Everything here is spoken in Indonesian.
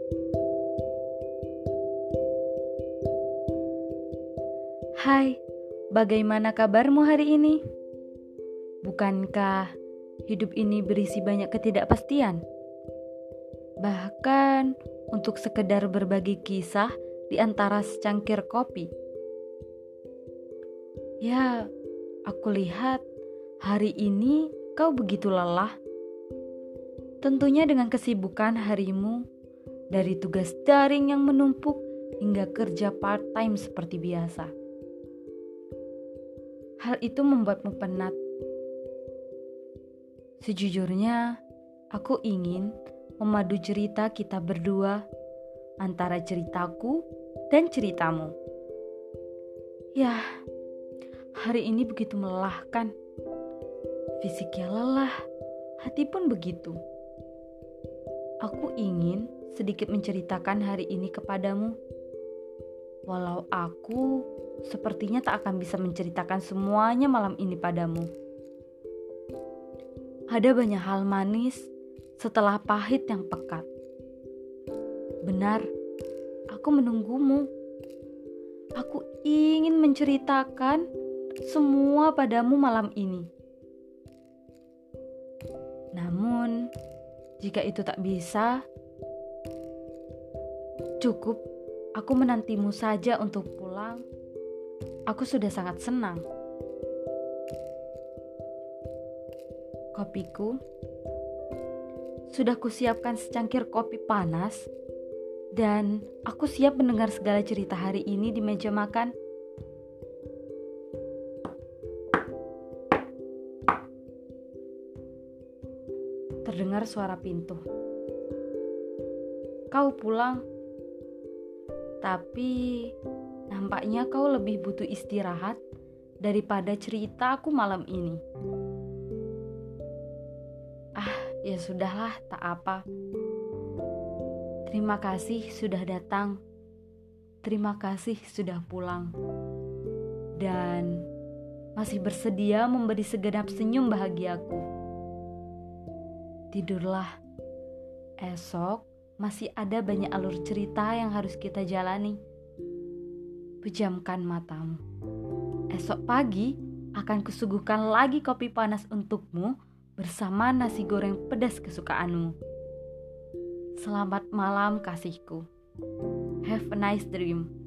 Hai, bagaimana kabarmu hari ini? Bukankah hidup ini berisi banyak ketidakpastian? Bahkan untuk sekedar berbagi kisah di antara secangkir kopi. Ya, aku lihat hari ini kau begitu lelah. Tentunya dengan kesibukan harimu, dari tugas daring yang menumpuk hingga kerja part-time seperti biasa. Hal itu membuatmu penat. Sejujurnya, aku ingin memadu cerita kita berdua antara ceritaku dan ceritamu. Yah, hari ini begitu melelahkan. Fisiknya lelah, hati pun begitu. Aku ingin sedikit menceritakan hari ini kepadamu. Walau aku sepertinya tak akan bisa menceritakan semuanya malam ini padamu. Ada banyak hal manis setelah pahit yang pekat. Benar, aku menunggumu. Aku ingin menceritakan semua padamu malam ini. Namun, jika itu tak bisa, cukup aku menantimu saja untuk pulang. Aku sudah sangat senang. Kopiku sudah kusiapkan secangkir kopi panas, dan aku siap mendengar segala cerita hari ini di meja makan. Terdengar suara pintu. Kau pulang, tapi nampaknya kau lebih butuh istirahat daripada cerita aku malam ini. Ya sudahlah, tak apa. Terima kasih sudah datang. Terima kasih sudah pulang. Dan masih bersedia memberi segenap senyum bahagiaku. Tidurlah. Esok masih ada banyak alur cerita yang harus kita jalani. Pejamkan matamu. Esok pagi akan kusuguhkan lagi kopi panas untukmu bersama nasi goreng pedas kesukaanmu. Selamat malam kasihku. Have a nice dream.